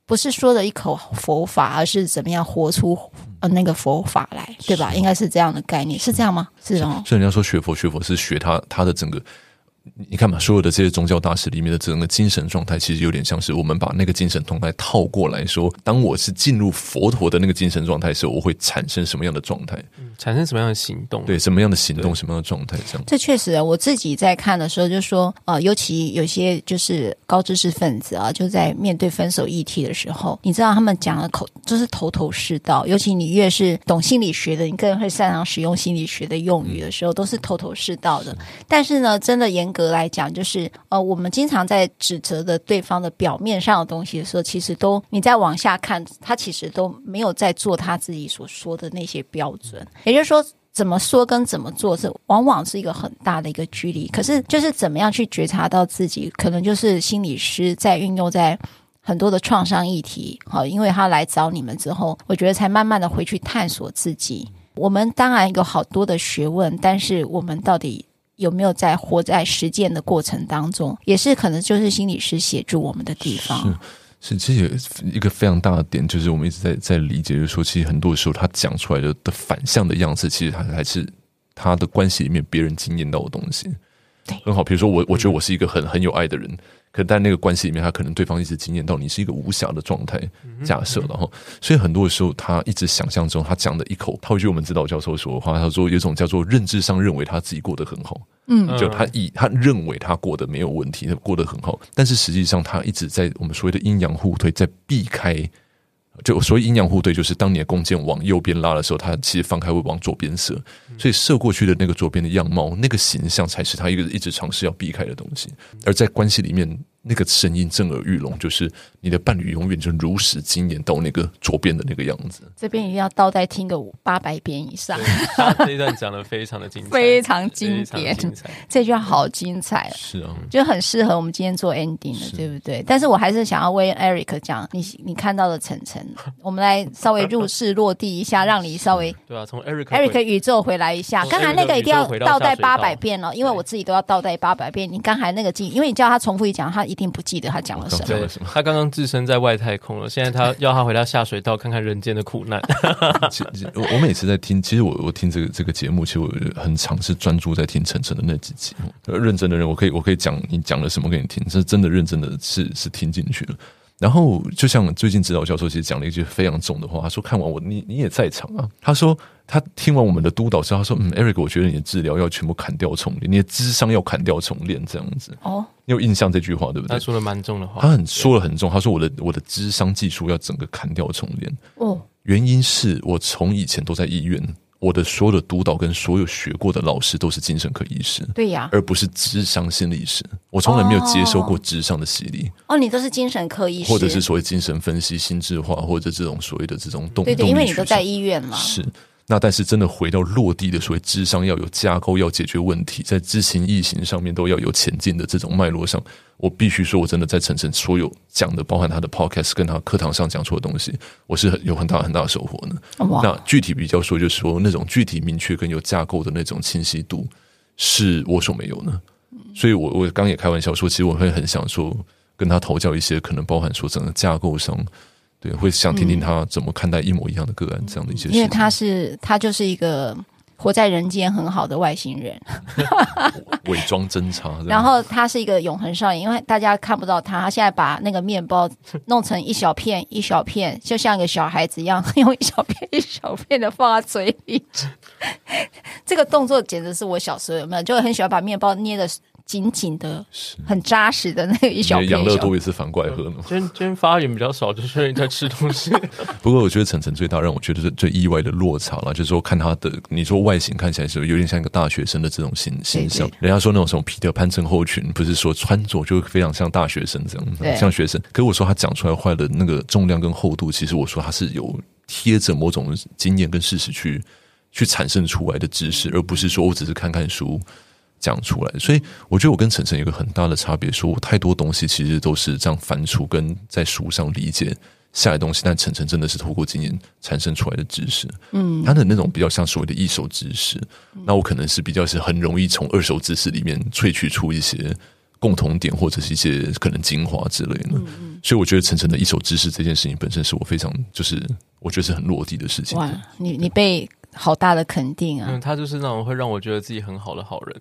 不是说的一口佛法，而是怎么样活出那个佛法来，对吧？应该是这样的概念，是这样吗？是哦。 所以人家说学佛是学他的整个。你看嘛，所有的这些宗教大师里面的整个精神状态，其实有点像是我们把那个精神状态套过来说，当我是进入佛陀的那个精神状态的时候，我会产生什么样的状态？ 产生什么样的行动？ 对，什么样的行动，什么样的状态？这样。 这确实，我自己在看的时候就说，尤其有些就是高知识分子啊，就在面对分手议题的时候，你知道他们讲的就是头头是道。尤其你越是懂心理学的，你更会擅长使用心理学的用语的时候，都是头头是道的。但是呢，真的严格来讲，就是我们经常在指责的对方的表面上的东西的时候，其实都你再往下看，他其实都没有在做他自己所说的那些标准。也就是说，怎么说跟怎么做是往往是一个很大的一个距离。可是就是怎么样去觉察到自己，可能就是心理师在运用在很多的创伤议题，因为他来找你们之后，我觉得才慢慢的回去探索自己。我们当然有好多的学问，但是我们到底有没有在活在实践的过程当中，也是可能就是心理师协助我们的地方。 是，其实有一个非常大的点，就是我们一直在理解，就是说，其实很多时候他讲出来的反向的样子，其实他还是他的关系里面别人经验到的东西。很好，比如说我觉得我是一个很有爱的人，可在那个关系里面，他可能对方一直经验到你是一个无瑕的状态，假设，然后，所以很多的时候，他一直想象中他讲的一口套一句我们指导教授说的话，他说有一种叫做认知上认为他自己过得很好，就他认为他过得没有问题，他过得很好，但是实际上他一直在我们所谓的阴阳互推，在避开。就所谓阴阳互对，就是当你的弓箭往右边拉的时候，它其实放开会往左边射，所以射过去的那个左边的样貌，那个形象才是他一直尝试要避开的东西。而在关系里面，那个声音震耳欲聋，就是你的伴侣永远就如实经验到那个左边的那个样子。 这边一定要倒带听个800遍以上。 他这一段讲得非常的精彩， 非常经典，这句话好精彩， 是啊， 就很适合我们今天做 ending 的，对不对？但是我还是想要为 Eric 讲你看到的晨晨，我们来稍微入世落地一下，让你稍微对啊，从 Eric 宇宙回来一下。刚才那个一定要倒带800遍哦，因为我自己都要倒带800遍。你刚才那个因为你叫他重复一讲，他一定不记得他讲了什么。 他刚刚置身在外太空了，现在他要他回到下水道看看人间的苦难。 我每次在听，其实我听这个节目，其实我很常是专注在听晨晨的那几集。认真的人，我可以讲你讲了什么给你听，这真的认真的是听进去了。然后就像最近指导教授其实讲了一句非常重的话，他说看完你也在场啊，他说他听完我们的督导之后，他说Eric 我觉得你的治疗要全部砍掉重练，你的諮商要砍掉重练这样子。哦，你有印象这句话对不对？ 他说了蛮重的话， 他说了很重，他说我的諮商技术要整个砍掉重练。哦，原因是我从以前都在医院，我的所有的督导跟所有学过的老师都是精神科医师， 对呀， 而不是諮商心理师。我从来没有接受过諮商的洗礼。 哦，你都是精神科医师， 或者是所谓精神分析、心智化，或者这种所谓的这种动力学。 对，因为你都在医院嘛。 是。那但是真的回到落地的所谓諮商，要有架构，要解决问题，在知行意行上面都要有前进的这种脉络上，我必须说，我真的在晨晨所有讲的，包含他的 podcast 跟他课堂上讲出的东西，我是有很大的收获的。那具体比较说，就是说那种具体明确跟有架构的那种清晰度，是我所没有的。所以我刚刚也开玩笑说，其实我会很想说跟他讨教一些可能包含说整个架构上。对，会想听听他怎么看待一模一样的个案这样的一些事情。 因为他就是一个活在人间很好的外星人， 伪装侦查。 然后他是一个永恒少年，因为大家看不到他现在把那个面包弄成一小片一小片，就像一个小孩子一样，用一小片一小片的放在嘴里。这个动作简直是我小时候有没有，就很喜欢把面包捏的紧紧的很扎实的那个一小片。 养乐多也是反过来喝呢。 今天发言比较少，就是你在吃东西。 不过我觉得晨晨最大让我觉得最意外的落差啦，就是说看他的，你说外形看起来是有点像一个大学生的这种形象。人家说那种什么彼得潘症候群，不是说穿着就非常像大学生这样，像学生。可是我说他讲出来话的那个重量跟厚度，其实我说他是有贴着某种经验跟事实去产生出来的知识，而不是说我只是看看书讲出来。所以我觉得我跟晨晨有一个很大的差别，说我太多东西其实都是这样翻出跟在书上理解下来的东西，但晨晨真的是透过经验产生出来的知识。他的那种比较像所谓的一手知识，那我可能是比较是很容易从二手知识里面萃取出一些共同点或者是一些可能精华之类的。所以我觉得晨晨的一手知识这件事情本身是我非常就是我觉得是很落地的事情。 哇，你被好大的肯定啊！ 他就是那种会让我觉得自己很好的好人。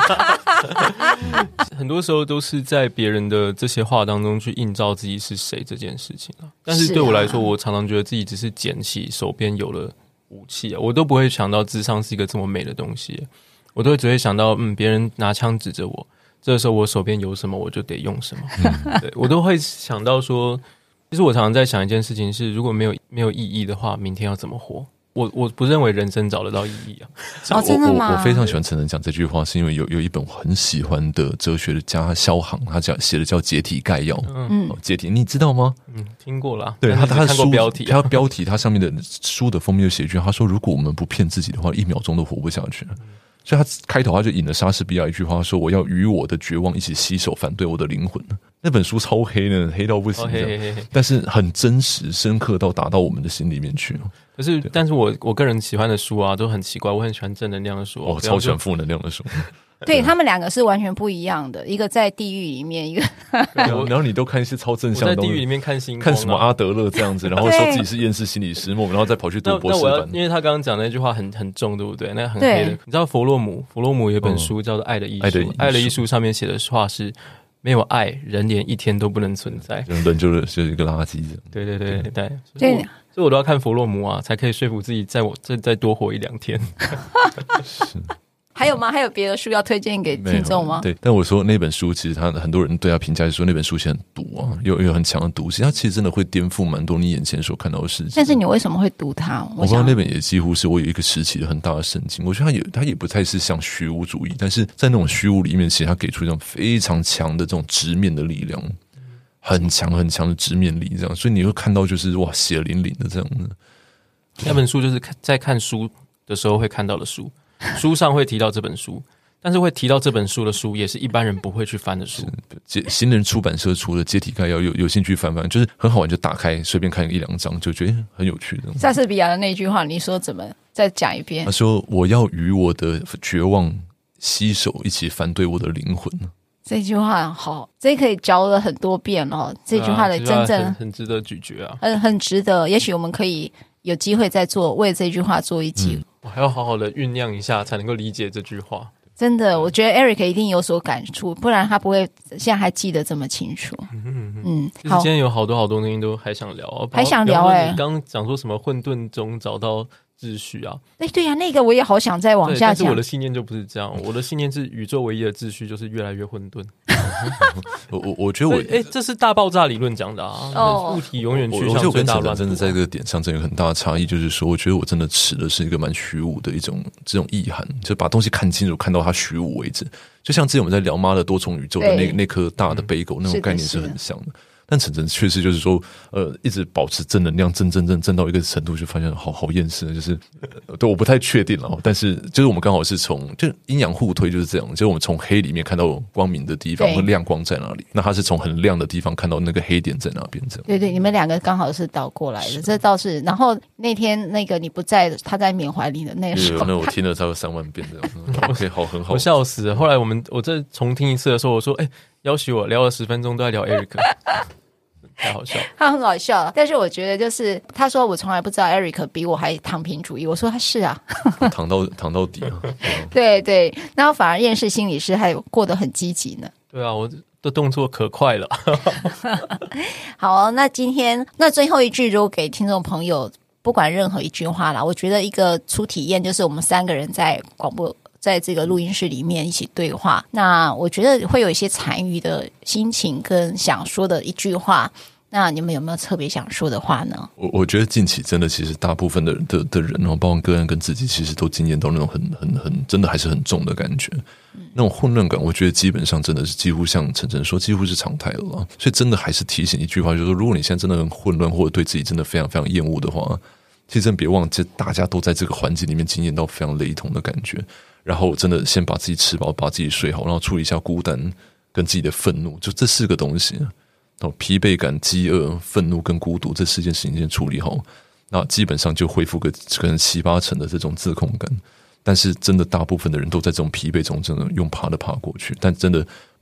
很多时候都是在别人的这些话当中去映照自己是谁这件事情啊。但是对我来说，我常常觉得自己只是捡起手边有的武器啊，我都不会想到智商是一个这么美的东西，我都只会想到别人拿枪指着我，这个时候我手边有什么我就得用什么。对，我都会想到说，其实我常常在想一件事情是，如果没有意义的话，明天要怎么活？我不认为人生找得到意义啊。 哦，真的吗？ 我非常喜欢陈晨讲这句话，是因为有一本我很喜欢的哲学家萧航，他写的叫《解体概要》。解体你知道吗？ 听过啦。 对，他的书标题， 他标题，他上面的书的封面就写一句，他说：“如果我们不骗自己的话，1秒钟都活不下去。”所以他开头他就引了莎士比亚一句话，说：“我要与我的绝望一起携手，反对我的灵魂。”那本书超黑的，黑到不行，但是很真实、深刻到打到我们的心里面去。 可是，但是我个人喜欢的书啊，都很奇怪。我很喜欢正能量的书， 我超喜欢负能量的书。 对，他们两个是完全不一样的，一个在地狱里面，一个然后你都看一些超正向的东西， 我在地狱里面看星光， 看什么阿德勒这样子，然后说自己是厌世心理师，然后再跑去读博士班。 因为他刚刚讲那句话很重，对不对？那很黑的。你知道弗洛姆有一本书叫做《爱的艺术》，爱的艺术上面写的话是：没有爱，人连一天都不能存在， 人就是一个垃圾。 对。所以我都要看弗洛姆啊，才可以说服自己再多活1-2天。 是。 还有吗？还有别的书要推荐给听众吗？ 对，但我说那本书，其实很多人对他评价是说那本书其实很毒啊，有很强的毒性，它其实真的会颠覆蛮多你眼前所看到的事情。 但是你为什么会读它？ 我不知道，那本也几乎是我有一个时期的很大的圣经。我觉得它也不太是像虚无主义，但是在那种虚无里面，其实它给出一种非常强的这种直面的力量，很强很强的直面力，这样，所以你会看到就是哇血淋淋的这样的。 那本书就是在看书的时候会看到的书。书上会提到这本书，但是会提到这本书的书也是一般人不会去翻的书。 新人出版社出的《解体概要》有兴趣翻翻，就是很好玩，就打开随便看1-2章，就觉得很有趣的。 莎士比亚的那句话，你说怎么再讲一遍？ 他说：“我要与我的绝望携手，一起反对我的灵魂。” 这句话好，这可以嚼了很多遍哦。这句话的真正很值得咀嚼啊， 很值得。也许我们可以有机会再为这句话做一集。 我还要好好的酝酿一下，才能够理解这句话。 真的，我觉得 Eric 一定有所感触，不然他不会现在还记得这么清楚。 其实今天有好多东西都还想聊， 还想聊你刚刚讲说什么混沌中找到秩序啊？ 对呀，那个我也好想再往下讲。 但是我的信念就不是这样，我的信念是宇宙唯一的秩序就是越来越混沌。 我觉得这是大爆炸理论讲的啊，物体永远趋向最大乱。 真的在这个点上真有很大的差异，就是说，我觉得我真的持的是一个蛮虚无的这种意涵，就把东西看清楚，看到它虚无为止。就像之前我们在聊妈的多重宇宙的那颗大的杯狗那种概念是很像的。但晨晨确实就是说，一直保持正能量，正到一个程度，就发现好厌世，就是对，我不太确定了。但是就是我们刚好是从就阴阳互推，就是这样，就是我们从黑里面看到光明的地方和亮光在哪里，那他是从很亮的地方看到那个黑点在哪边，这样。 对，你们两个刚好是倒过来的，这倒是。然后那天那个你不在，他在缅怀你的那个时候， 那我听了超过3万遍这样。OK， 好，很好， 我笑死了。后来我再重听一次的时候，我说，邀请我聊了10分钟都在聊 Eric。太好笑， 他很好笑，但是我觉得就是他说我从来不知道 Eric 比我还躺平主义，我说他是啊， 躺到底啊， 对，然后反而厌世心理师还过得很积极呢。 对啊，我的动作可快了。 好，那今天那最后一句，如果给听众朋友不管任何一句话啦，我觉得一个初体验就是我们3个人在广播。在这个录音室里面一起对话，那我觉得会有一些残余的心情跟想说的一句话，那你们有没有特别想说的话呢？ 我觉得近期真的其实大部分的人包括个案跟自己，其实都经验到那种很真的还是很重的感觉，那种混乱感，我觉得基本上真的是几乎像晨晨说，几乎是常态了啦。所以真的还是提醒一句话，就是说，如果你现在真的很混乱，或者对自己真的非常非常厌恶的话，其实真别忘记，大家都在这个环境里面经验到非常雷同的感觉。然后真的先把自己吃饱，把自己睡好，然后处理一下孤单跟自己的愤怒，就这4个东西，疲惫感、饥饿、愤怒跟孤独这4件事情先处理好，那基本上就恢复个可能7-8成的这种自控感。但是真的大部分的人都在这种疲惫中真的用爬的爬过去，但真的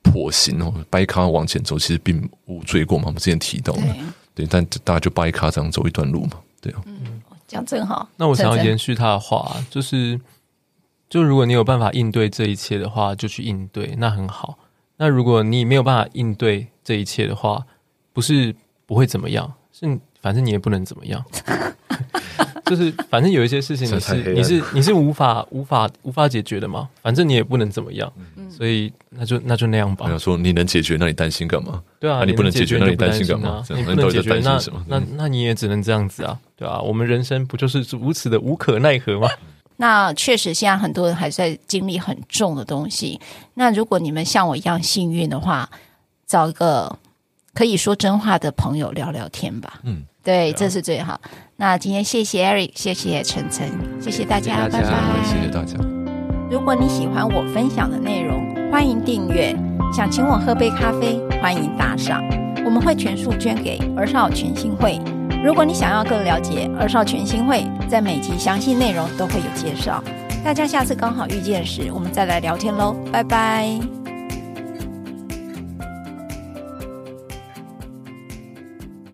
跛行掰咖往前走，其实并无罪过嘛，我们之前提到的，对，但大家就掰咖这样走一段路嘛，对啊。 讲真好。 那我想要延续他的话，就如果你有办法应对这一切的话，就去应对，那很好。那如果你没有办法应对这一切的话，不是不会怎么样，是反正你也不能怎么样。就是反正有一些事情你是无法解决的嘛，反正你也不能怎么样，所以那就那样吧。 说你能解决，那你担心干嘛？ 对啊， 你不能解决，那你担心干嘛？ 你不能解决，那你也只能这样子啊，对啊，我们人生不就是如此的无可奈何吗？ 那确实现在很多人还在经历很重的东西，那如果你们像我一样幸运的话，找一个可以说真话的朋友聊聊天吧。对，这是最好。那今天谢谢 Eric， 谢谢晨晨，谢谢大家，拜拜。 谢谢大家。 如果你喜欢我分享的内容，欢迎订阅。想请我喝杯咖啡，欢迎打赏，我们会全数捐给儿少全心会。如果你想要更了解儿少全心会，在每集详细内容都会有介绍。大家下次刚好遇见时，我们再来聊天咯，拜拜。